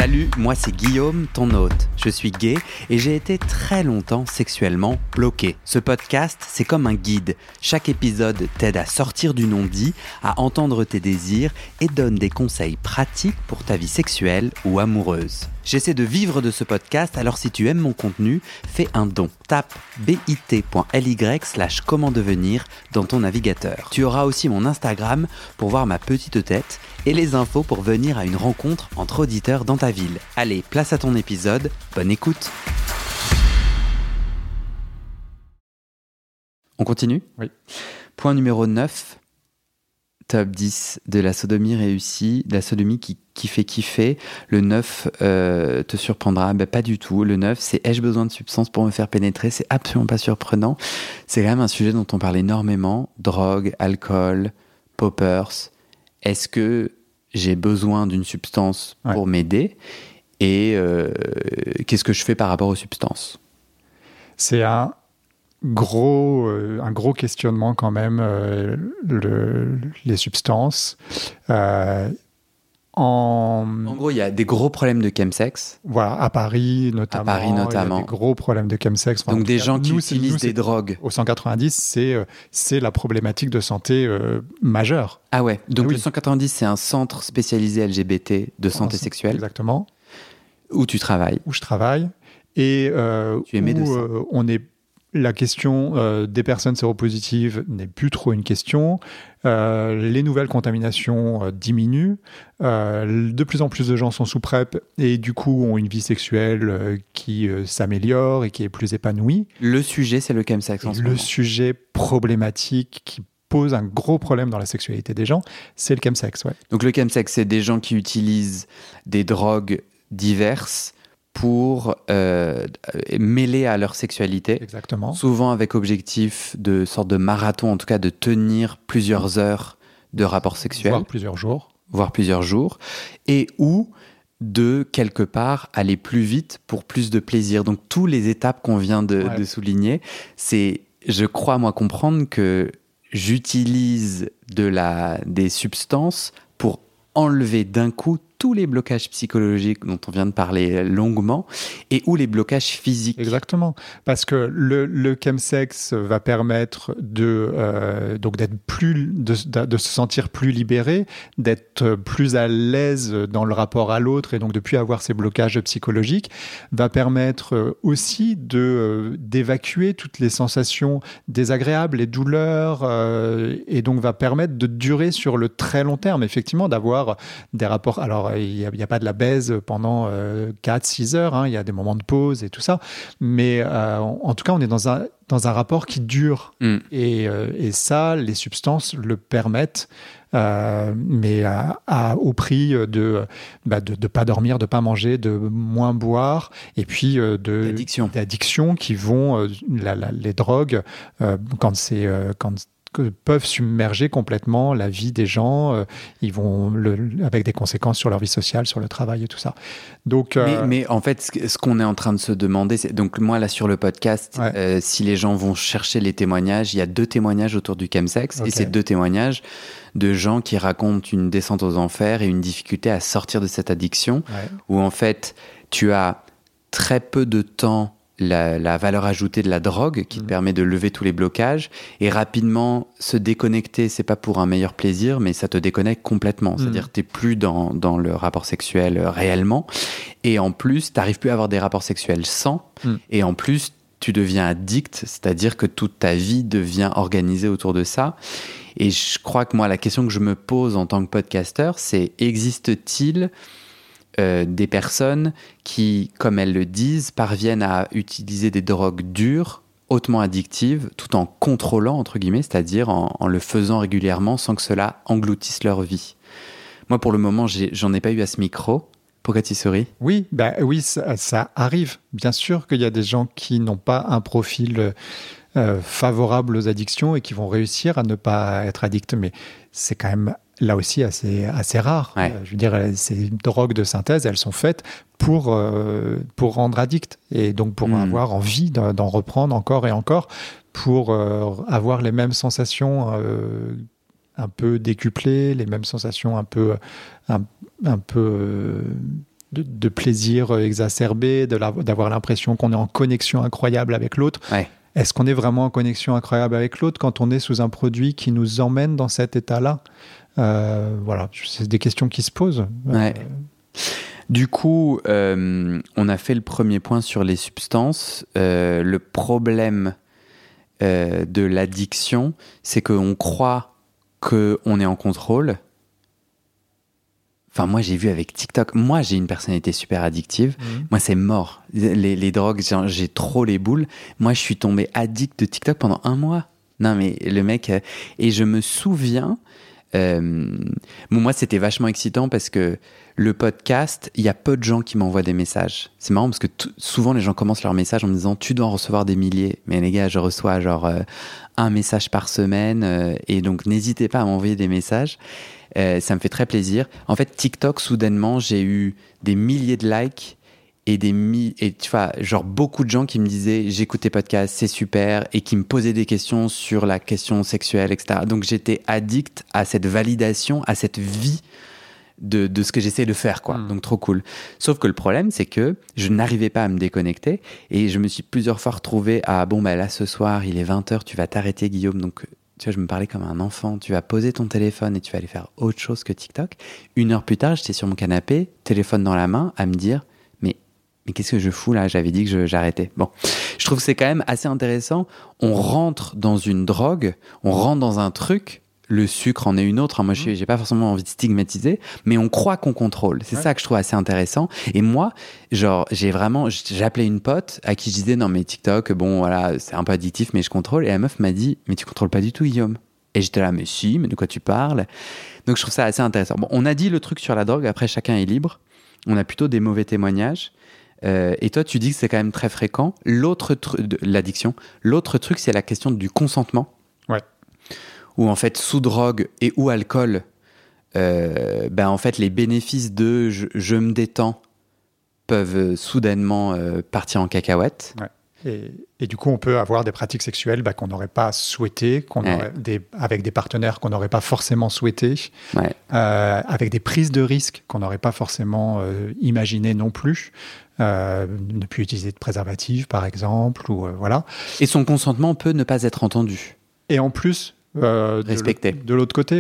Salut, moi c'est Guillaume, ton hôte. Je suis gay et j'ai été très longtemps sexuellement bloqué. Ce podcast, c'est comme un guide. Chaque épisode t'aide à sortir du non-dit, à entendre tes désirs et donne des conseils pratiques pour ta vie sexuelle ou amoureuse. J'essaie de vivre de ce podcast, alors si tu aimes mon contenu, fais un don. Tape bit.ly/comment devenir dans ton navigateur. Tu auras aussi mon Instagram pour voir ma petite tête et les infos pour venir à une rencontre entre auditeurs dans ta ville. Allez, place à ton épisode, bonne écoute. On continue ? Oui. Point numéro 9. Top 10 de la sodomie réussie, de la sodomie qui fait kiffer. Le 9 te surprendra, pas du tout. Le 9, c'est ai-je besoin de substances pour me faire pénétrer ? C'est absolument pas surprenant. C'est quand même un sujet dont on parle énormément. Drogue, alcool, poppers. Est-ce que j'ai besoin d'une substance pour m'aider ? Et qu'est-ce que je fais par rapport aux substances ? C'est un gros questionnement quand même, les substances. En gros, il y a des gros problèmes de chemsex. Voilà, à Paris notamment. Il y a des gros problèmes de chemsex. Donc des gens qui utilisent des drogues. Au 190, c'est la problématique de santé majeure. Ah ouais, donc le 190, c'est un centre spécialisé LGBT de santé sexuelle. Exactement. Où tu travailles. Où je travaille. Et tu es médecin. La question des personnes séropositives n'est plus trop une question. Les nouvelles contaminations diminuent. De plus en plus de gens sont sous PrEP et du coup ont une vie sexuelle qui s'améliore et qui est plus épanouie. Le sujet, c'est le chemsex en ce moment. Le sujet problématique qui pose un gros problème dans la sexualité des gens, c'est le chemsex. Ouais. Donc le chemsex, c'est des gens qui utilisent des drogues diverses pour mêler à leur sexualité. Exactement. Souvent avec objectif de sorte de marathon, en tout cas de tenir plusieurs heures de rapport sexuel. Voire plusieurs jours. Et ou de, quelque part, aller plus vite pour plus de plaisir. Donc, toutes les étapes qu'on vient de souligner, c'est, je crois, moi, comprendre que j'utilise des substances pour enlever d'un coup tous les blocages psychologiques dont on vient de parler longuement et ou les blocages physiques. Exactement, parce que le chemsex va permettre donc d'être de se sentir plus libéré, d'être plus à l'aise dans le rapport à l'autre et donc de plus avoir ces blocages psychologiques, va permettre aussi d'évacuer toutes les sensations désagréables, les douleurs, et donc va permettre de durer sur le très long terme, effectivement, d'avoir des rapports. Alors, il n'y a pas de la baise pendant 4-6 heures, il y a des moments de pause et tout ça, mais en tout cas, on est dans un rapport qui dure. Et ça, les substances le permettent, mais au prix de pas dormir, de pas manger, de moins boire, et puis d'addictions qui vont, les drogues, peuvent submerger complètement la vie des gens, ils vont avec des conséquences sur leur vie sociale, sur le travail et tout ça. Donc, mais en fait, ce qu'on est en train de se demander, c'est donc moi là sur le podcast, si les gens vont chercher les témoignages, il y a 2 témoignages autour du chemsex, et c'est 2 témoignages de gens qui racontent une descente aux enfers et une difficulté à sortir de cette addiction, où en fait tu as très peu de temps la valeur ajoutée de la drogue qui te permet de lever tous les blocages, et rapidement se déconnecter, c'est pas pour un meilleur plaisir, mais ça te déconnecte complètement, c'est-à-dire que t'es plus dans le rapport sexuel réellement, et en plus t'arrives plus à avoir des rapports sexuels sans, et en plus tu deviens addict, c'est-à-dire que toute ta vie devient organisée autour de ça. Et je crois que moi, la question que je me pose en tant que podcasteur, c'est existe-t-il des personnes qui, comme elles le disent, parviennent à utiliser des drogues dures, hautement addictives, tout en contrôlant, entre guillemets, c'est-à-dire en le faisant régulièrement sans que cela engloutisse leur vie. Moi, pour le moment, j'en ai pas eu à ce micro. Pourquoi tu souris ? Oui, ça arrive. Bien sûr qu'il y a des gens qui n'ont pas un profil favorable aux addictions et qui vont réussir à ne pas être addicts, mais c'est quand même là aussi assez rare. Je veux dire, ces drogues de synthèse, elles sont faites pour rendre addict et donc pour avoir envie d'en reprendre encore et encore, pour avoir les mêmes sensations un peu décuplées, les mêmes sensations un peu de plaisir exacerbé, d'avoir l'impression qu'on est en connexion incroyable avec l'autre. Ouais. Est-ce qu'on est vraiment en connexion incroyable avec l'autre quand on est sous un produit qui nous emmène dans cet état-là? Voilà, c'est des questions qui se posent. Ouais. Du coup, on a fait le premier point sur les substances. Le problème de l'addiction, c'est qu'on croit qu'on est en contrôle. Enfin, moi, j'ai vu avec TikTok. Moi, j'ai une personnalité super addictive. Moi, c'est mort. Les drogues, j'ai trop les boules. Moi, je suis tombé addict de TikTok pendant 1 mois. Non, mais le mec... Et je me souviens... moi, c'était vachement excitant parce que le podcast, il y a peu de gens qui m'envoient des messages. C'est marrant parce que souvent, les gens commencent leur message en me disant « Tu dois en recevoir des milliers. » Mais les gars, je reçois genre 1 message par semaine. Et donc, n'hésitez pas à m'envoyer des messages. Ça me fait très plaisir. En fait, TikTok, soudainement, j'ai eu des milliers de likes et tu vois, genre beaucoup de gens qui me disaient j'écoute tes podcasts, c'est super, et qui me posaient des questions sur la question sexuelle, etc. Donc j'étais addict à cette validation, à cette vie de ce que j'essaie de faire, quoi. Donc trop cool. Sauf que le problème, c'est que je n'arrivais pas à me déconnecter et je me suis plusieurs fois retrouvé à bon, bah là ce soir, il est 20h, tu vas t'arrêter, Guillaume. Donc tu vois, je me parlais comme un enfant. Tu vas poser ton téléphone et tu vas aller faire autre chose que TikTok. 1 heure plus tard, j'étais sur mon canapé, téléphone dans la main, à me dire mais qu'est-ce que je fous là? J'avais dit que j'arrêtais. Bon, je trouve que c'est quand même assez intéressant. On rentre dans une drogue, on rentre dans un truc. Le sucre en est une autre. Moi, j'ai pas forcément envie de stigmatiser, mais on croit qu'on contrôle. C'est ça que je trouve assez intéressant. Et moi, genre, j'appelais une pote à qui je disais non mais TikTok, bon voilà, c'est un peu addictif, mais je contrôle. Et la meuf m'a dit mais tu contrôles pas du tout, Guillaume. Et j'étais là mais si, mais de quoi tu parles? Donc je trouve ça assez intéressant. Bon, on a dit le truc sur la drogue. Après, chacun est libre. On a plutôt des mauvais témoignages. Et toi, tu dis que c'est quand même très fréquent. L'addiction. L'autre truc, c'est la question du consentement. Ouais. Où en fait, sous drogue et ou alcool, en fait, les bénéfices de je me détends peuvent soudainement partir en cacahuète. Ouais. Et du coup, on peut avoir des pratiques sexuelles qu'on n'aurait pas souhaitées, avec des partenaires qu'on n'aurait pas forcément souhaités, avec des prises de risques qu'on n'aurait pas forcément imaginées non plus. Ne plus utiliser de préservatif, par exemple, ou voilà. Et son consentement peut ne pas être entendu. Et en plus, respecté. De l'autre côté,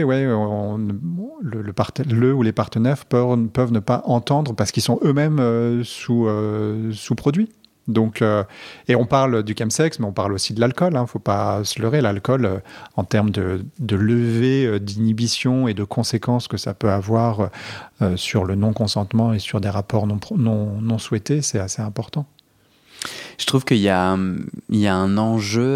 le ou les partenaires peuvent ne pas entendre parce qu'ils sont eux-mêmes sous produits. Donc, et on parle du chemsex, mais on parle aussi de l'alcool. Faut pas se leurrer. L'alcool, en termes de levée d'inhibition et de conséquences que ça peut avoir sur le non-consentement et sur des rapports non souhaités, c'est assez important. Je trouve qu'il y a un enjeu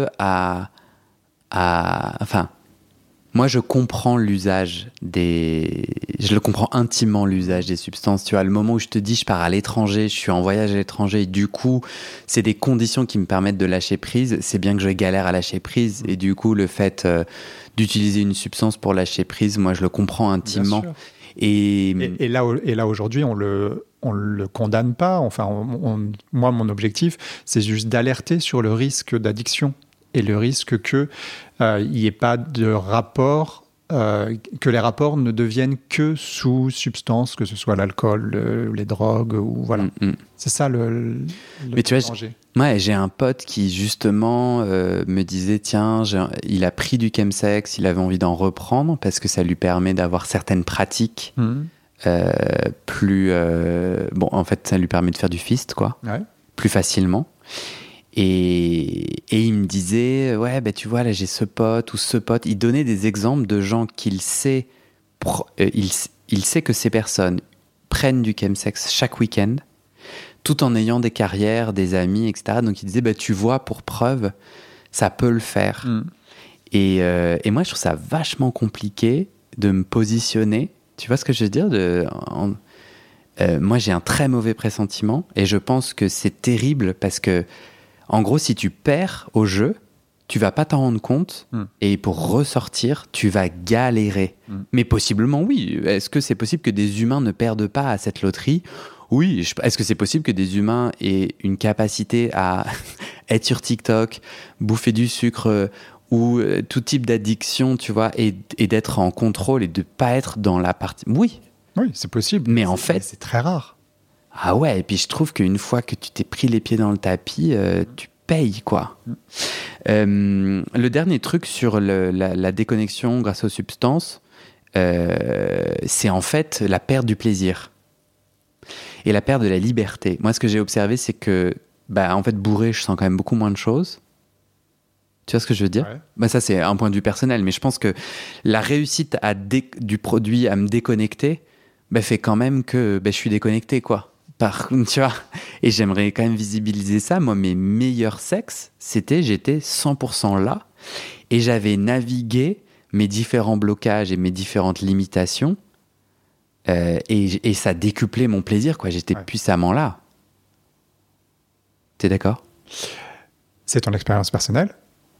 enfin, moi, je comprends je le comprends intimement, l'usage des substances. Tu vois, le moment où je te dis, je pars à l'étranger, je suis en voyage à l'étranger, et du coup, c'est des conditions qui me permettent de lâcher prise. C'est bien que je galère à lâcher prise. Et du coup, le fait d'utiliser une substance pour lâcher prise, moi, je le comprends intimement. Et là, aujourd'hui, on le condamne pas. Enfin, moi, mon objectif, c'est juste d'alerter sur le risque d'addiction. Et le risque qu'il n'y ait pas de rapport, que les rapports ne deviennent que sous substance, que ce soit l'alcool, les drogues, ou voilà. C'est ça le Mais tu vois, danger. J'ai un pote qui justement me disait tiens, il a pris du chemsex, il avait envie d'en reprendre parce que ça lui permet d'avoir certaines pratiques plus... en fait, ça lui permet de faire du fist, quoi, plus facilement. Et il me disait, tu vois, là, j'ai ce pote ou ce pote. Il donnait des exemples de gens qu'il sait, il sait que ces personnes prennent du chemsex chaque week-end, tout en ayant des carrières, des amis, etc. Donc il disait, tu vois, pour preuve, ça peut le faire. Et moi, je trouve ça vachement compliqué de me positionner. Tu vois ce que je veux dire moi, j'ai un très mauvais pressentiment et je pense que c'est terrible parce que en gros, si tu perds au jeu, tu vas pas t'en rendre compte et pour ressortir, tu vas galérer. Mais possiblement, oui. Est-ce que c'est possible que des humains ne perdent pas à cette loterie ? Oui. Est-ce que c'est possible que des humains aient une capacité à être sur TikTok, bouffer du sucre ou tout type d'addiction, tu vois, et d'être en contrôle et de pas être dans la partie... Oui. Oui, c'est possible. Mais en fait... C'est très rare. Ah ouais, et puis je trouve qu'une fois que tu t'es pris les pieds dans le tapis, tu payes, quoi. Le dernier truc sur la déconnexion grâce aux substances, c'est en fait la perte du plaisir et la perte de la liberté. Moi, ce que j'ai observé, c'est que, en fait, bourré, je sens quand même beaucoup moins de choses. Tu vois ce que je veux dire ? Ouais. Ça, c'est un point de vue personnel, mais je pense que la réussite du produit à me déconnecter fait quand même que je suis déconnecté, quoi. Tu vois ? Et j'aimerais quand même visibiliser ça. Moi, mes meilleurs sexes, j'étais 100% là et j'avais navigué mes différents blocages et mes différentes limitations et ça décuplait mon plaisir, quoi. J'étais puissamment là. T'es d'accord ? C'est ton expérience personnelle.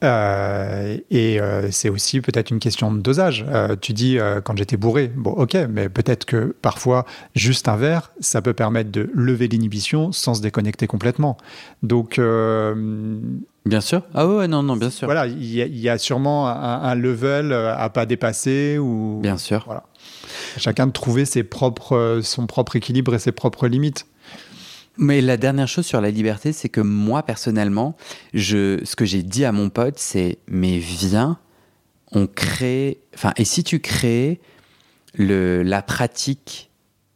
C'est aussi peut-être une question de dosage. Tu dis quand j'étais bourré, bon ok, mais peut-être que parfois juste un verre, ça peut permettre de lever l'inhibition sans se déconnecter complètement. Donc bien sûr. Ah ouais, non, bien sûr. Voilà, il y a sûrement un level à pas dépasser ou. Bien sûr. Voilà. Chacun de trouver son propre équilibre et ses propres limites. Mais la dernière chose sur la liberté, c'est que moi, personnellement, ce que j'ai dit à mon pote, c'est « Mais viens, on crée... » Enfin, et si tu crées ta pratique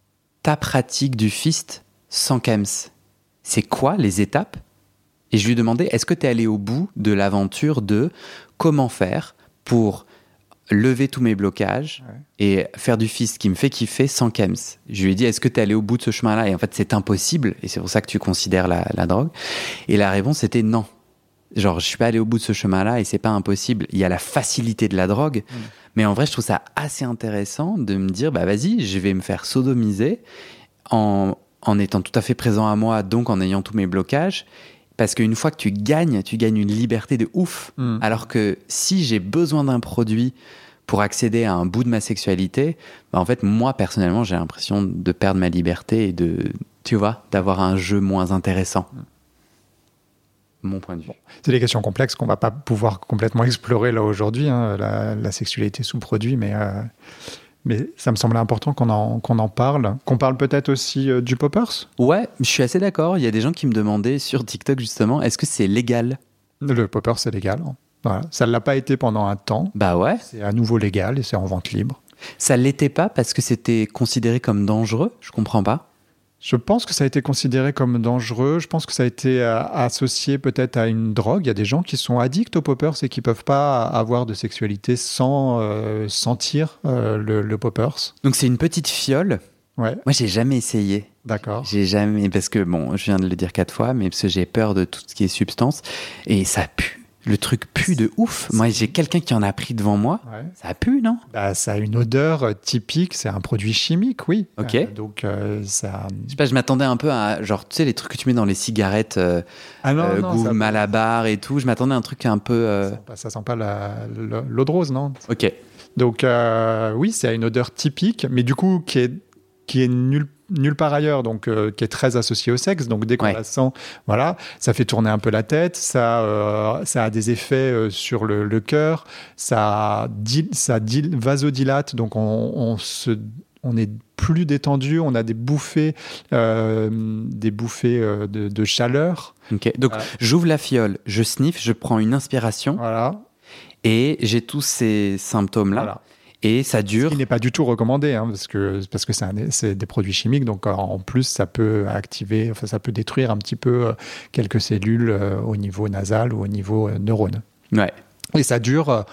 du fist sans Kems, c'est quoi les étapes ? Et je lui demandais, est-ce que tu es allé au bout de l'aventure de comment faire pour lever tous mes blocages et faire du fist qui me fait kiffer sans Kems. Je lui ai dit, est-ce que tu es allé au bout de ce chemin-là ? Et en fait, c'est impossible. Et c'est pour ça que tu considères la drogue. Et la réponse était non. Genre, je suis pas allé au bout de ce chemin-là et c'est pas impossible. Il y a la facilité de la drogue. Mais en vrai, je trouve ça assez intéressant de me dire, vas-y, je vais me faire sodomiser en étant tout à fait présent à moi, donc en ayant tous mes blocages. Parce qu'une fois que tu gagnes une liberté de ouf. Alors que si j'ai besoin d'un produit pour accéder à un bout de ma sexualité, en fait, moi, personnellement, j'ai l'impression de perdre ma liberté et d'avoir un jeu moins intéressant. Mon point de vue. Bon, c'est des questions complexes qu'on ne va pas pouvoir complètement explorer là aujourd'hui, hein, la sexualité sous produit, mais ça me semblait important qu'on en parle. Qu'on parle peut-être aussi du poppers ? Ouais, je suis assez d'accord. Il y a des gens qui me demandaient sur TikTok, justement, est-ce que c'est légal ? Le poppers, c'est légal. Voilà. Ça ne l'a pas été pendant un temps. Bah ouais. C'est à nouveau légal et c'est en vente libre. Ça ne l'était pas parce que c'était considéré comme dangereux ? Je comprends pas. Je pense que ça a été considéré comme dangereux. Je pense que ça a été associé peut-être à une drogue. Il y a des gens qui sont addicts aux poppers et qui ne peuvent pas avoir de sexualité sans sentir le poppers. Donc c'est une petite fiole. Ouais. Moi, j'ai jamais essayé. D'accord. J'ai jamais, parce que je viens de le dire 4 fois, mais parce que j'ai peur de tout ce qui est substance et ça pue. Le truc pue de ouf. Moi, j'ai quelqu'un qui en a pris devant moi. Ouais. Ça pue, non ? Ça a une odeur typique. C'est un produit chimique, oui. Ok. Donc, ça... Je sais pas, je m'attendais un peu à, genre, tu sais, les trucs que tu mets dans les cigarettes, goût Malabar et tout. Je m'attendais à un truc un peu... Ça sent pas l'eau de rose, non ? Ok. Donc, oui, c'est une odeur typique, mais du coup, qui est nulle part ailleurs, donc qui est très associé au sexe. Donc dès qu'on la sent, voilà, ça fait tourner un peu la tête, ça a des effets sur le cœur, ça vasodilate, donc on est plus détendu, on a des bouffées de chaleur. Ok. Donc j'ouvre la fiole, je sniffe, je prends une inspiration, voilà, et j'ai tous ces symptômes-là. Voilà. Et ça dure. Ce qui n'est pas du tout recommandé, hein, parce que c'est des produits chimiques, donc en plus ça peut ça peut détruire un petit peu quelques cellules au niveau nasal ou au niveau neurones. Ouais. Et ça dure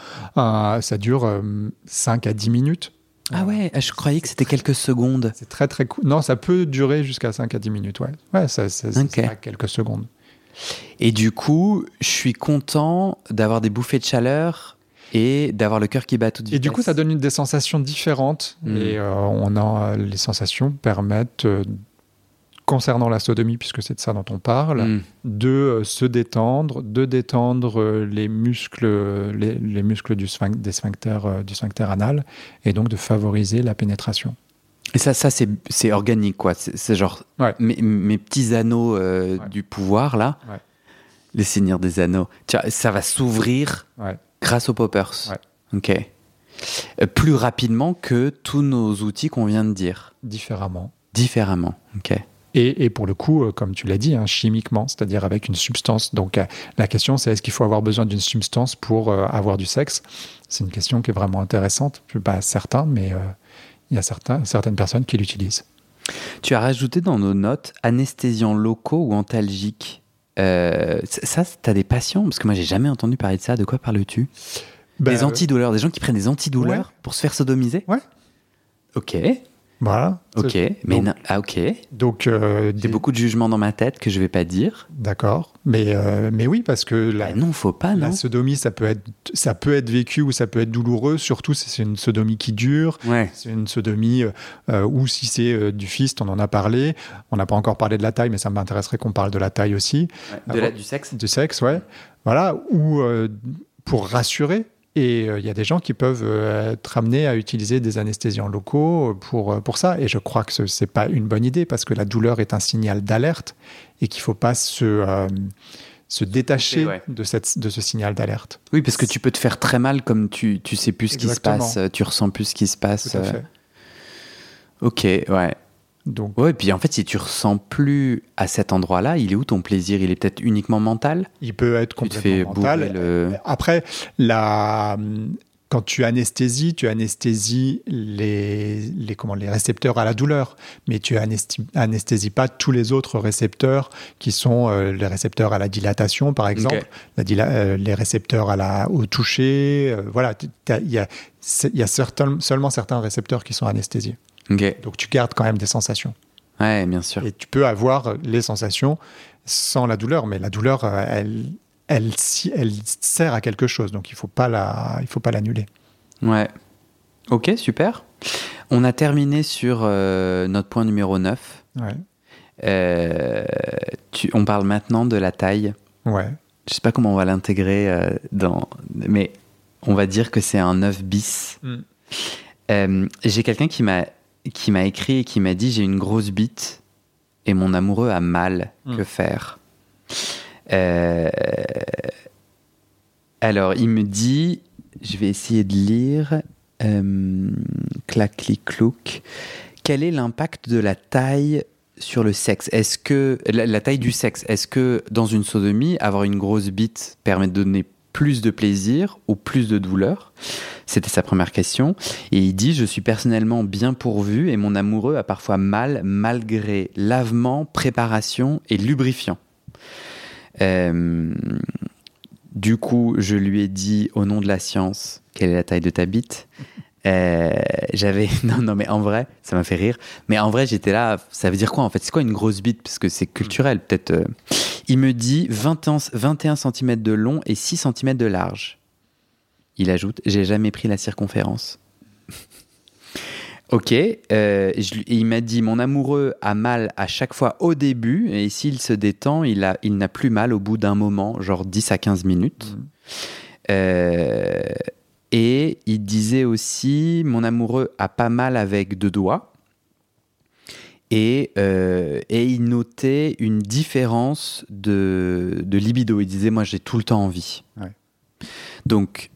5 à 10 minutes. Ah ouais, je croyais que c'était quelques secondes. C'est très très court. Non, ça peut durer jusqu'à 5 à 10 minutes, ouais. Ouais, c'est pas quelques secondes. Et du coup, je suis content d'avoir des bouffées de chaleur et d'avoir le cœur qui bat toute vitesse. Et du coup, ça donne des sensations différentes. Et les sensations permettent, concernant la sodomie, puisque c'est de ça dont on parle, de se détendre, les muscles, les muscles des sphincters anal, et donc de favoriser la pénétration. Et ça c'est organique, quoi. C'est genre mes petits anneaux du pouvoir, là, les seigneurs des anneaux. Ça va s'ouvrir grâce aux poppers. Ok. Plus rapidement que tous nos outils qu'on vient de dire. Différemment. Ok. Et pour le coup, comme tu l'as dit, chimiquement, c'est-à-dire avec une substance. Donc la question, c'est est-ce qu'il faut avoir besoin d'une substance pour avoir du sexe ? C'est une question qui est vraiment intéressante. Je ne suis pas certain, mais il y a certaines personnes qui l'utilisent. Tu as rajouté dans nos notes anesthésiants locaux ou antalgiques. Ça, tu as des patients ? Parce que moi, j'ai jamais entendu parler de ça. De quoi parles-tu ? Des antidouleurs, des gens qui prennent des antidouleurs pour se faire sodomiser ? Ouais. Ok. Voilà. Ok. Ok. Donc, j'ai beaucoup de jugements dans ma tête que je vais pas dire. D'accord. Mais oui, parce que non, faut pas. La sodomie, ça peut être vécu ou ça peut être douloureux. Surtout si c'est une sodomie qui dure. Ouais. C'est une sodomie ou si c'est du fist, on en a parlé. On n'a pas encore parlé de la taille, mais ça m'intéresserait qu'on parle de la taille aussi. Ouais. Du sexe. Du sexe, ouais. Voilà. Ou pour rassurer. Et il y a des gens qui peuvent être amenés à utiliser des anesthésiants locaux pour ça. Et je crois que ce n'est pas une bonne idée parce que la douleur est un signal d'alerte et qu'il ne faut pas se détacher de ce signal d'alerte. Oui, parce que tu peux te faire très mal comme tu sais plus ce qui se passe, tu ressens plus ce qui se passe. Tout à fait. Ok, ouais. Donc, ouais, et puis en fait, si tu ressens plus à cet endroit-là, il est où ton plaisir ? Il est peut-être uniquement mental ? Il peut être complètement mental. Après, quand tu anesthésies les récepteurs à la douleur, mais tu anesthésies pas tous les autres récepteurs qui sont les récepteurs à la dilatation, par exemple, les récepteurs au toucher. Voilà, il y a seulement certains récepteurs qui sont anesthésiés. Okay. Donc tu gardes quand même des sensations. Ouais, bien sûr. Et tu peux avoir les sensations sans la douleur, mais la douleur, elle sert à quelque chose, donc il faut pas l'annuler. Ouais. Ok, super. On a terminé sur notre point numéro 9. Ouais. On parle maintenant de la taille. Ouais. Je sais pas comment on va l'intégrer mais on va dire que c'est un 9 bis. J'ai quelqu'un qui m'a écrit et qui m'a dit: j'ai une grosse bite et mon amoureux a mal, que faire? Alors il me dit, je vais essayer de lire, clac clic clouc, quel est l'impact de la taille sur le sexe? Est-ce que la taille du sexe, est-ce que dans une sodomie, avoir une grosse bite permet de donner plus de plaisir ou plus de douleur? C'était sa première question. Et il dit: je suis personnellement bien pourvu et mon amoureux a parfois mal malgré lavement, préparation et lubrifiant. Du coup, je lui ai dit, au nom de la science, quelle est la taille de ta bite? Non, mais en vrai, ça m'a fait rire. Mais en vrai, j'étais là, ça veut dire quoi en fait? C'est quoi une grosse bite? Parce que c'est culturel, peut-être. Il me dit 21 cm de long et 6 cm de large. Il ajoute: j'ai jamais pris la circonférence. Ok. Il m'a dit: mon amoureux a mal à chaque fois au début, et s'il se détend, il n'a plus mal au bout d'un moment, genre 10 à 15 minutes. Et il disait aussi: mon amoureux a pas mal avec 2 doigts. Et il notait une différence de libido. Il disait: moi, j'ai tout le temps envie. Ouais. Donc,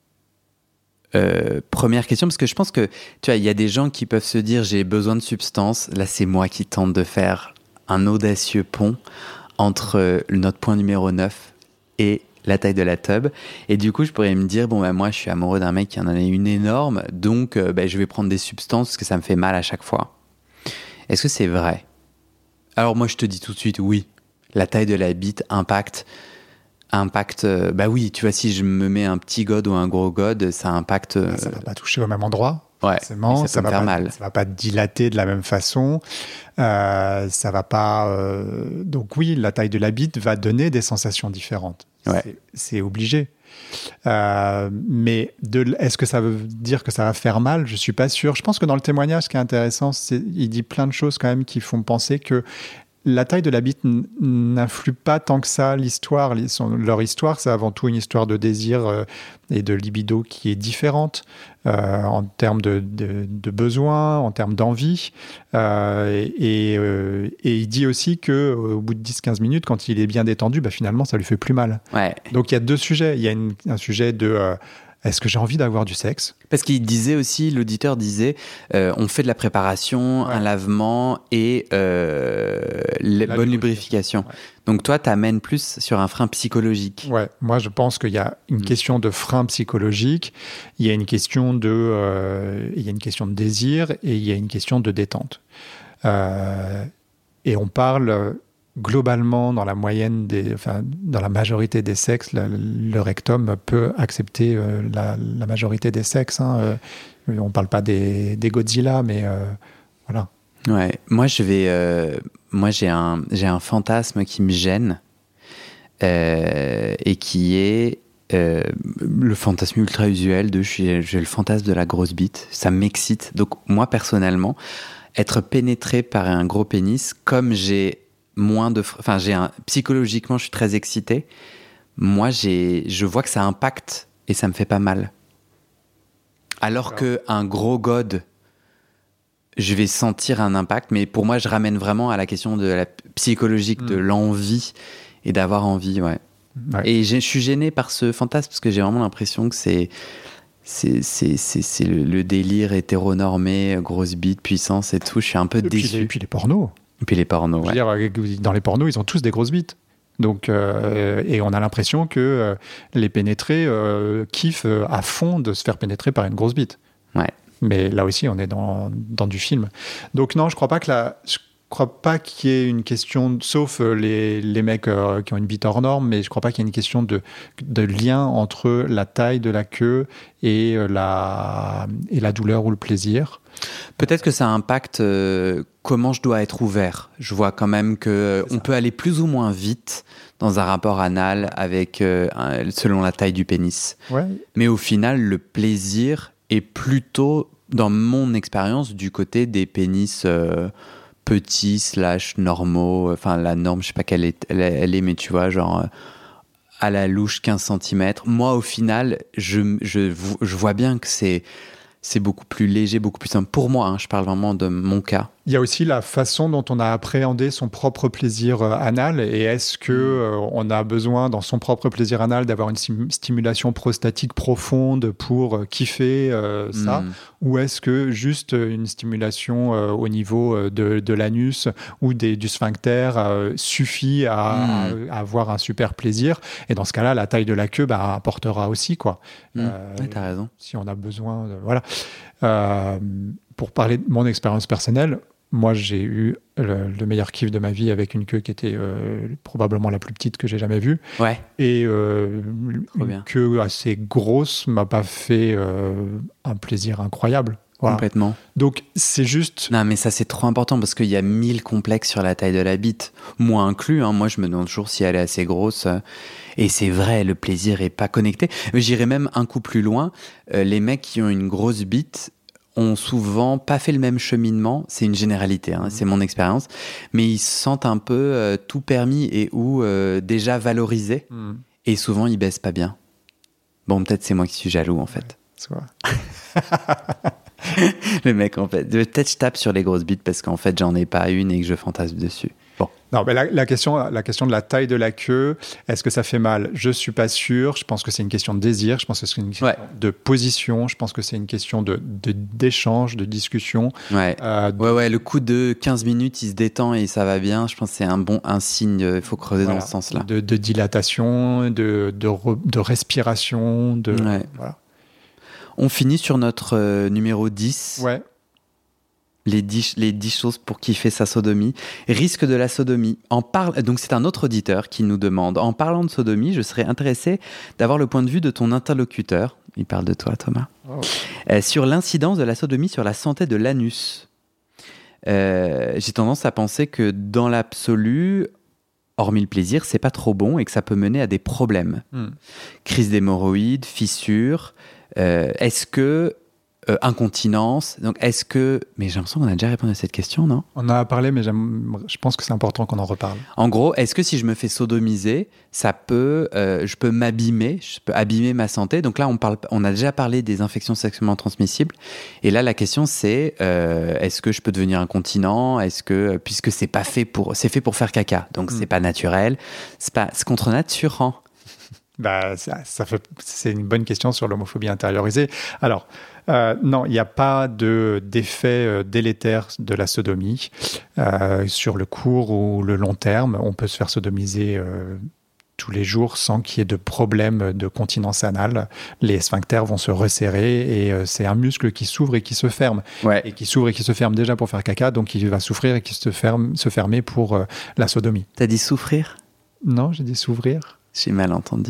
première question, parce que je pense que, tu vois, il y a des gens qui peuvent se dire: j'ai besoin de substance. Là, c'est moi qui tente de faire un audacieux pont entre notre point numéro 9 et la taille de la tub. Et du coup, je pourrais me dire: bon, moi, je suis amoureux d'un mec qui en a une énorme, donc je vais prendre des substances parce que ça me fait mal à chaque fois. Est-ce que c'est vrai? Alors moi, je te dis tout de suite, oui. La taille de la bite impacte, oui, tu vois, si je me mets un petit god ou un gros god, ça impacte... Ça va pas toucher au même endroit. Ouais, ça va faire mal. Ça va pas dilater de la même façon. Ça va pas... Donc oui, la taille de la bite va donner des sensations différentes. Ouais. C'est obligé. Mais est-ce que ça veut dire que ça va faire mal? Je suis pas sûr. Je pense que dans le témoignage, ce qui est intéressant, il dit plein de choses quand même qui font penser que la taille de la bite n'influe pas tant que ça l'histoire. Leur histoire, c'est avant tout une histoire de désir et de libido qui est différente en termes de besoins, en termes d'envie. Et il dit aussi qu'au bout de 10-15 minutes, quand il est bien détendu, finalement, ça lui fait plus mal. Ouais. Donc il y a 2 sujets. Il y a un sujet de... est-ce que j'ai envie d'avoir du sexe ? Parce qu'il disait aussi, l'auditeur disait, on fait de la préparation, un lavement et bonne lubrification. Ouais. Donc toi, t'amènes plus sur un frein psychologique. Ouais, moi je pense qu'il y a une question de frein psychologique, il y a une question de désir et il y a une question de détente. Et on parle globalement dans la dans la majorité des sexes, le rectum peut accepter la majorité des sexes. Hein. On parle pas des Godzilla, mais voilà. Ouais, moi j'ai un fantasme qui me gêne et qui est le fantasme ultra usuel de j'ai le fantasme de la grosse bite. Ça m'excite. Donc moi personnellement, être pénétré par un gros pénis, comme psychologiquement, je suis très excité. Moi, je vois que ça impacte et ça me fait pas mal. Alors qu'un gros god, je vais sentir un impact, mais pour moi, je ramène vraiment à la question de la psychologique, de l'envie et d'avoir envie, ouais. Et je suis gêné par ce fantasme parce que j'ai vraiment l'impression que c'est le délire hétéronormé, grosse bite, puissance et tout. Je suis un peu déçu. Et puis les pornos. Et puis les pornos, ouais. Je veux dire, dans les pornos, ils ont tous des grosses bites. Donc, et on a l'impression que les pénétrés kiffent à fond de se faire pénétrer par une grosse bite. Ouais. Mais là aussi, on est dans du film. Donc non, je crois pas qu'il y ait une question, sauf les mecs qui ont une bite hors norme, mais je crois pas qu'il y ait une question de lien entre la taille de la queue et la douleur ou le plaisir. Peut-être que ça impacte comment je dois être ouvert. Je vois quand même qu'on peut aller plus ou moins vite dans un rapport anal avec, selon la taille du pénis. Ouais. Mais au final, le plaisir est plutôt, dans mon expérience, du côté des pénis petits / normaux. Enfin, la norme, je sais pas quelle elle est, mais tu vois, genre à la louche 15 cm. Moi, au final, je vois bien que c'est beaucoup plus léger, beaucoup plus simple. Pour moi, je parle vraiment de mon cas. Il y a aussi la façon dont on a appréhendé son propre plaisir anal. Et est-ce qu'on a besoin, dans son propre plaisir anal, d'avoir une stimulation prostatique profonde pour kiffer ça ? Ou est-ce que juste une stimulation au niveau de l'anus ou du sphincter suffit à avoir un super plaisir ? Et dans ce cas-là, la taille de la queue apportera aussi, quoi. Ouais, t'as raison. Si on a besoin, voilà. Pour parler de mon expérience personnelle, moi, j'ai eu le meilleur kiff de ma vie avec une queue qui était probablement la plus petite que j'ai jamais vue. Ouais. Et une queue assez grosse m'a pas fait un plaisir incroyable. Voilà. Complètement. Donc, c'est juste... Non, mais ça, c'est trop important parce qu'il y a 1000 complexes sur la taille de la bite. Moi inclus, moi, je me demande toujours si elle est assez grosse. Et c'est vrai, le plaisir est pas connecté. J'irais même un coup plus loin. Les mecs qui ont une grosse bite ont souvent pas fait le même cheminement. C'est une généralité, c'est mon expérience. Mais ils se sentent un peu tout permis et ou déjà valorisés. Et souvent, ils baissent pas bien. Bon, peut-être c'est moi qui suis jaloux, en fait. C'est vrai. Le mec, en fait. Peut-être je tape sur les grosses bites parce qu'en fait, j'en ai pas une et que je fantasme dessus. Bon. Non, mais la question de la taille de la queue, est-ce que ça fait mal ? Je suis pas sûr. Je pense que c'est une question de désir. Je pense que c'est une question de position. Je pense que c'est une question d'échange, de discussion. Ouais. Le coup de 15 minutes, il se détend et ça va bien. Je pense que c'est un signe. Il faut creuser dans ce sens-là. De dilatation, de respiration. Voilà. On finit sur notre numéro 10. Ouais. Les 10 choses pour kiffer sa sodomie. Risque de la sodomie. Donc c'est un autre auditeur qui nous demande, en parlant de sodomie, je serais intéressé d'avoir le point de vue de ton interlocuteur, il parle de toi Thomas, sur l'incidence de la sodomie sur la santé de l'anus. J'ai tendance à penser que dans l'absolu, hormis le plaisir, c'est pas trop bon et que ça peut mener à des problèmes. Crise d'hémorroïdes, fissures, est-ce que incontinence, donc est-ce que... Mais j'ai l'impression qu'on a déjà répondu à cette question, non ? On en a parlé, mais je pense que c'est important qu'on en reparle. En gros, est-ce que si je me fais sodomiser, je peux m'abîmer, je peux abîmer ma santé ? Donc là, on a déjà parlé des infections sexuellement transmissibles, et là, la question c'est, est-ce que je peux devenir incontinent ? Puisque c'est fait pour faire caca, donc c'est pas naturel, c'est contre nature. C'est une bonne question sur l'homophobie intériorisée. Alors, non, il n'y a pas d'effet délétère de la sodomie sur le court ou le long terme. On peut se faire sodomiser tous les jours sans qu'il y ait de problème de continence anale. Les sphincters vont se resserrer et c'est un muscle qui s'ouvre et qui se ferme. Ouais. Et qui s'ouvre et qui se ferme déjà pour faire caca, donc il va souffrir et qui se fermer pour la sodomie. T'as dit souffrir ? Non, j'ai dit s'ouvrir. J'ai mal entendu.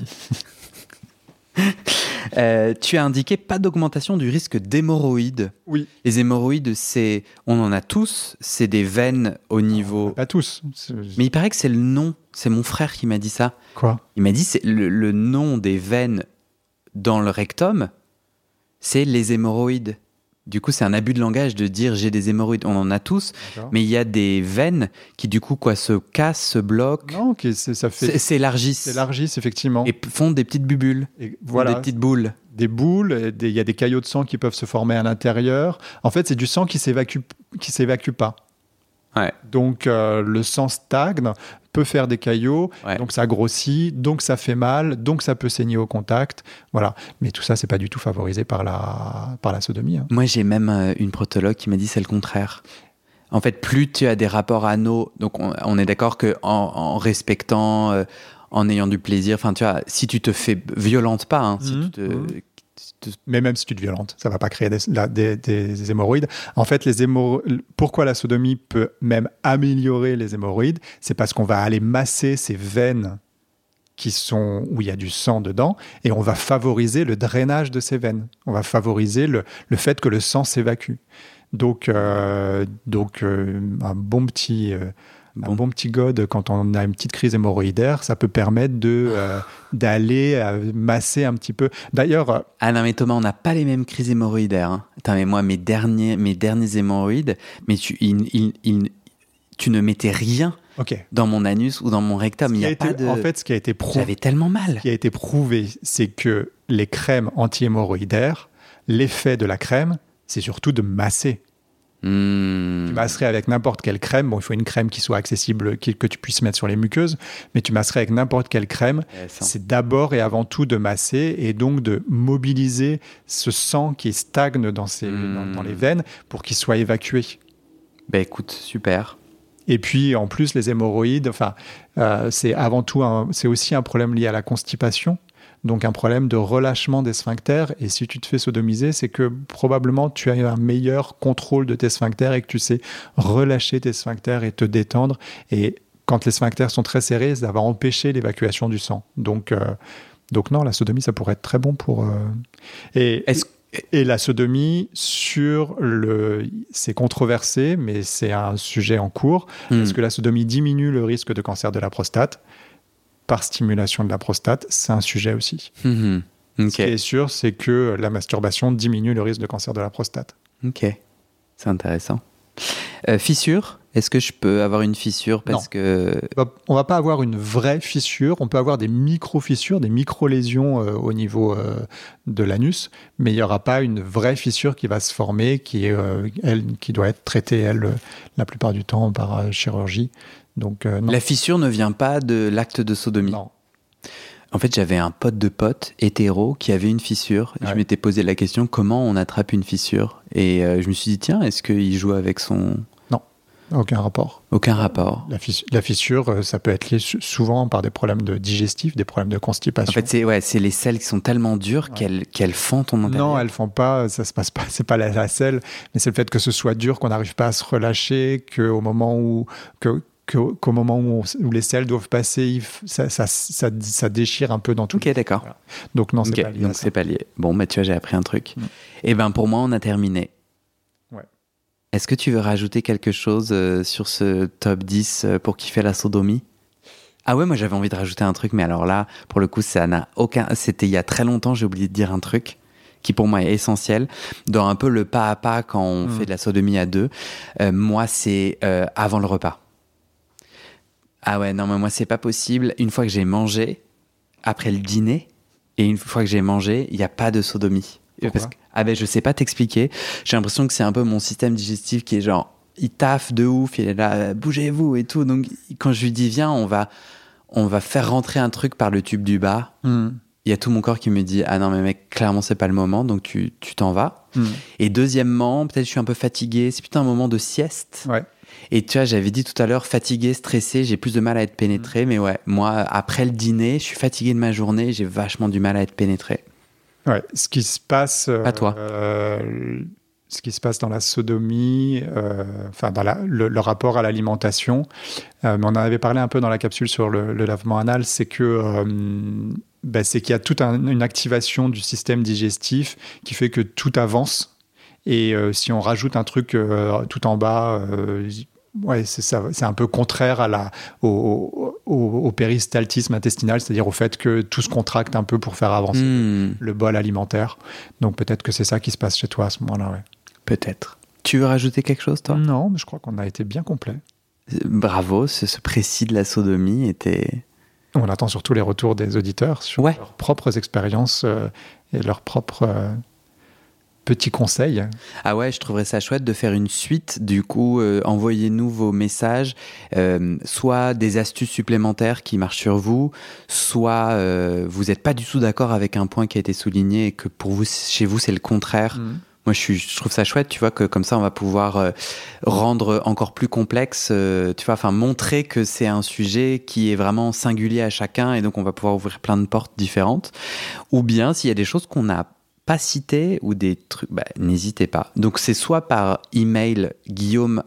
Tu as indiqué pas d'augmentation du risque d'hémorroïdes. Oui. Les hémorroïdes, on en a tous, c'est des veines au niveau... Pas tous. Mais il paraît que c'est le nom, c'est mon frère qui m'a dit ça. Quoi ? Il m'a dit c'est le nom des veines dans le rectum, c'est les hémorroïdes. Du coup, c'est un abus de langage de dire j'ai des hémorroïdes. On en a tous, d'accord. Mais il y a des veines qui, du coup, se cassent, se bloquent. Non, s'élargissent. S'élargissent, effectivement. Et font des petites bulles. Et voilà. Des petites boules. Des boules, il y a des caillots de sang qui peuvent se former à l'intérieur. En fait, c'est du sang qui s'évacue pas. Ouais. Donc, le sang stagne, peut faire des caillots, ouais. Donc ça grossit, donc ça fait mal, donc ça peut saigner au contact. Voilà. Mais tout ça, c'est pas du tout favorisé par la sodomie. Hein. Moi, j'ai même une proctologue qui m'a dit c'est le contraire. En fait, plus tu as des rapports anaux, donc on est d'accord qu'en respectant, en ayant du plaisir, enfin, tu vois, si tu te fais violente pas, hein, si tu te... Mais même si tu te violentes, ça ne va pas créer des hémorroïdes. En fait, pourquoi la sodomie peut même améliorer les hémorroïdes ? C'est parce qu'on va aller masser ces veines où il y a du sang dedans et on va favoriser le drainage de ces veines. On va favoriser le fait que le sang s'évacue. Donc un bon petit gode, quand on a une petite crise hémorroïdaire, ça peut permettre d'aller masser un petit peu. D'ailleurs... Ah non, mais Thomas, on n'a pas les mêmes crises hémorroïdaires. Hein. Attends, mais moi, mes derniers hémorroïdes, mais tu ne mettais rien dans mon anus ou dans mon rectum. En fait, ce qui a été prouvé... J'avais tellement mal. Ce qui a été prouvé, c'est que les crèmes anti-hémorroïdaires, l'effet de la crème, c'est surtout de masser. Tu masserais avec n'importe quelle crème. Bon, il faut une crème qui soit accessible, que tu puisses mettre sur les muqueuses, mais tu masserais avec n'importe quelle crème. C'est d'abord et avant tout de masser et donc de mobiliser ce sang qui stagne dans les veines pour qu'il soit évacué. Ben écoute, super. Et puis en plus, les hémorroïdes, c'est aussi un problème lié à la constipation. Donc un problème de relâchement des sphincters. Et si tu te fais sodomiser, c'est que probablement tu as un meilleur contrôle de tes sphincters et que tu sais relâcher tes sphincters et te détendre. Et quand les sphincters sont très serrés, ça va empêcher l'évacuation du sang. Donc non, la sodomie, ça pourrait être très bon pour... Et la sodomie, c'est controversé, mais c'est un sujet en cours. Est-ce que la sodomie diminue le risque de cancer de la prostate ? Par stimulation de la prostate, c'est un sujet aussi. Okay. Ce qui est sûr, c'est que la masturbation diminue le risque de cancer de la prostate. Ok, c'est intéressant. Fissure, est-ce que je peux avoir une fissure parce que... On ne va pas avoir une vraie fissure, on peut avoir des micro-fissures, des micro-lésions au niveau de l'anus, mais il n'y aura pas une vraie fissure qui va se former, qui doit être traitée, la plupart du temps, par chirurgie. Donc, non. La fissure ne vient pas de l'acte de sodomie. Non. En fait, j'avais un pote hétéro qui avait une fissure. Ouais. Je m'étais posé la question comment on attrape une fissure. Et je me suis dit tiens, est-ce qu'il joue avec son... Non, aucun rapport. Aucun rapport. La fissure, ça peut être lié souvent par des problèmes digestifs, des problèmes de constipation. En fait, c'est les selles qui sont tellement dures qu'elles fendent ton intérieur. Non, elles font pas, ça se passe pas. C'est pas la selle, mais c'est le fait que ce soit dur, qu'on n'arrive pas à se relâcher, qu'au moment où les selles doivent passer, ça déchire un peu dans tout. Ok, d'accord. Voilà. Donc non, c'est pas lié. Donc c'est pas lié. Bon, bah tu vois, j'ai appris un truc. Et ben pour moi, on a terminé. Ouais. Est-ce que tu veux rajouter quelque chose sur ce top 10 pour kiffer la sodomie ? Ah ouais, moi j'avais envie de rajouter un truc, mais alors là, pour le coup, ça n'a aucun... C'était il y a très longtemps, j'ai oublié de dire un truc qui pour moi est essentiel, dans un peu le pas à pas quand on fait de la sodomie à deux. Moi, c'est avant le repas. Ah ouais, non, mais moi, c'est pas possible. Une fois que j'ai mangé, après le dîner, et une fois que j'ai mangé, il n'y a pas de sodomie. Pourquoi ? Je sais pas t'expliquer. J'ai l'impression que c'est un peu mon système digestif qui est genre, il taffe de ouf, il est là, bougez-vous et tout. Donc, quand je lui dis, viens, on va on va faire rentrer un truc par le tube du bas. Il y a tout mon corps qui me dit « Ah non, mais mec, clairement, c'est pas le moment, donc tu t'en vas. » Et deuxièmement, peut-être je suis un peu fatigué. C'est plutôt un moment de sieste. Ouais. Et tu vois, j'avais dit tout à l'heure, fatigué, stressé, j'ai plus de mal à être pénétré. Mais ouais, moi, après le dîner, je suis fatigué de ma journée, j'ai vachement du mal à être pénétré. Ouais, ce qui se passe... Pas toi. Ce qui se passe dans la sodomie, dans le rapport à l'alimentation, mais on en avait parlé un peu dans la capsule sur le lavement anal, c'est que... c'est qu'il y a toute une activation du système digestif qui fait que tout avance. Et si on rajoute un truc tout en bas, c'est un peu contraire au péristaltisme intestinal, c'est-à-dire au fait que tout se contracte un peu pour faire avancer le bol alimentaire. Donc peut-être que c'est ça qui se passe chez toi à ce moment-là. Ouais. Peut-être. Tu veux rajouter quelque chose, toi ? Non, mais je crois qu'on a été bien complet. Bravo, ce précis de la sodomie était... On attend surtout les retours des auditeurs sur leurs propres expériences et leurs propres petits conseils. Ah ouais, je trouverais ça chouette de faire une suite. Du coup, envoyez-nous vos messages, soit des astuces supplémentaires qui marchent sur vous, soit vous n'êtes pas du tout d'accord avec un point qui a été souligné et que pour vous, chez vous, c'est le contraire. Moi, je trouve ça chouette, tu vois, que comme ça, on va pouvoir rendre encore plus complexe, tu vois, enfin, montrer que c'est un sujet qui est vraiment singulier à chacun et donc on va pouvoir ouvrir plein de portes différentes. Ou bien, s'il y a des choses qu'on n'a pas citées ou des trucs, n'hésitez pas. Donc, c'est soit par email Guillaume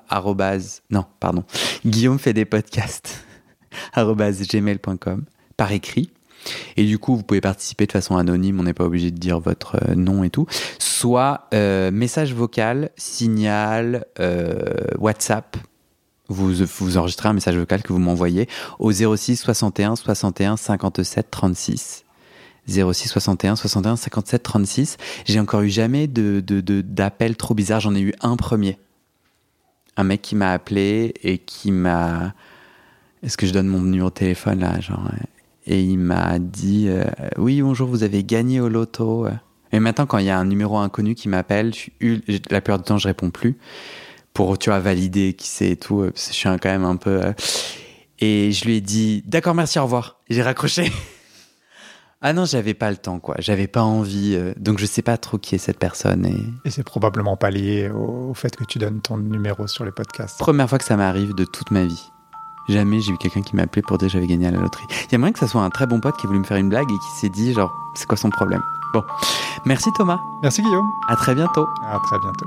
fait des podcasts @gmail.com par écrit. Et du coup, vous pouvez participer de façon anonyme, on n'est pas obligé de dire votre nom et tout. Soit message vocal, signal, WhatsApp. Vous enregistrez un message vocal que vous m'envoyez au 06 61 61 57 36. 06 61 61 57 36. J'ai encore eu jamais d'appel trop bizarre. J'en ai eu un premier. Un mec qui m'a appelé et qui m'a... Est-ce que je donne mon numéro de téléphone là, genre... Et il m'a dit « Oui, bonjour, vous avez gagné au loto. » Et maintenant, quand il y a un numéro inconnu qui m'appelle, la plupart du temps, je réponds plus pour, tu vois, valider qui c'est et tout. Parce que je suis quand même un peu... Et je lui ai dit « D'accord, merci, au revoir. » J'ai raccroché. Ah non, j'avais pas le temps, quoi. J'avais pas envie. Donc, je sais pas trop qui est cette personne. Et c'est probablement pas lié au fait que tu donnes ton numéro sur les podcasts. Première fois que ça m'arrive de toute ma vie. Jamais j'ai eu quelqu'un qui m'a appelé pour dire que j'avais gagné à la loterie. Il y a moyen que ça soit un très bon pote qui a voulu me faire une blague et qui s'est dit, genre, c'est quoi son problème ? Bon. Merci Thomas. Merci Guillaume. À très bientôt. À très bientôt.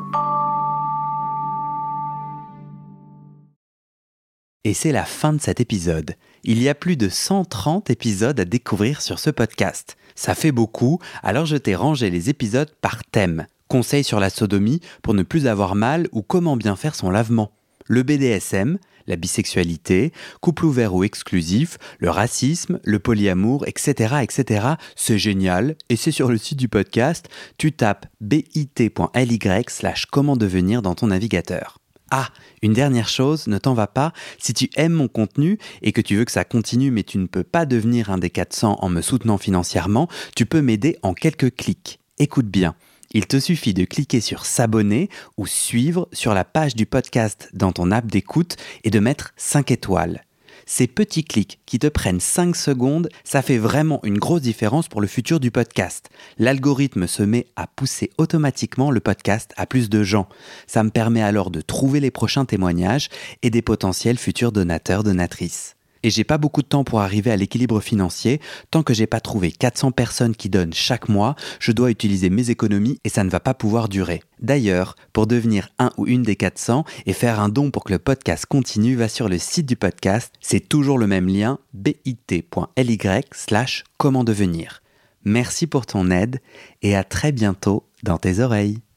Et c'est la fin de cet épisode. Il y a plus de 130 épisodes à découvrir sur ce podcast. Ça fait beaucoup, alors je t'ai rangé les épisodes par thème. Conseils sur la sodomie pour ne plus avoir mal ou comment bien faire son lavement. Le BDSM, la bisexualité, couple ouvert ou exclusif, le racisme, le polyamour, etc., etc. C'est génial et c'est sur le site du podcast. Tu tapes bit.ly/comment devenir dans ton navigateur. Ah, une dernière chose, ne t'en va pas, si tu aimes mon contenu et que tu veux que ça continue mais tu ne peux pas devenir un des 400 en me soutenant financièrement, tu peux m'aider en quelques clics. Écoute bien. Il te suffit de cliquer sur s'abonner ou suivre sur la page du podcast dans ton app d'écoute et de mettre 5 étoiles. Ces petits clics qui te prennent 5 secondes, ça fait vraiment une grosse différence pour le futur du podcast. L'algorithme se met à pousser automatiquement le podcast à plus de gens. Ça me permet alors de trouver les prochains témoignages et des potentiels futurs donateurs, donatrices. Et j'ai pas beaucoup de temps pour arriver à l'équilibre financier. Tant que j'ai pas trouvé 400 personnes qui donnent chaque mois, je dois utiliser mes économies et ça ne va pas pouvoir durer. D'ailleurs, pour devenir un ou une des 400 et faire un don pour que le podcast continue, va sur le site du podcast. C'est toujours le même lien, bit.ly/comment devenir. Merci pour ton aide et à très bientôt dans tes oreilles.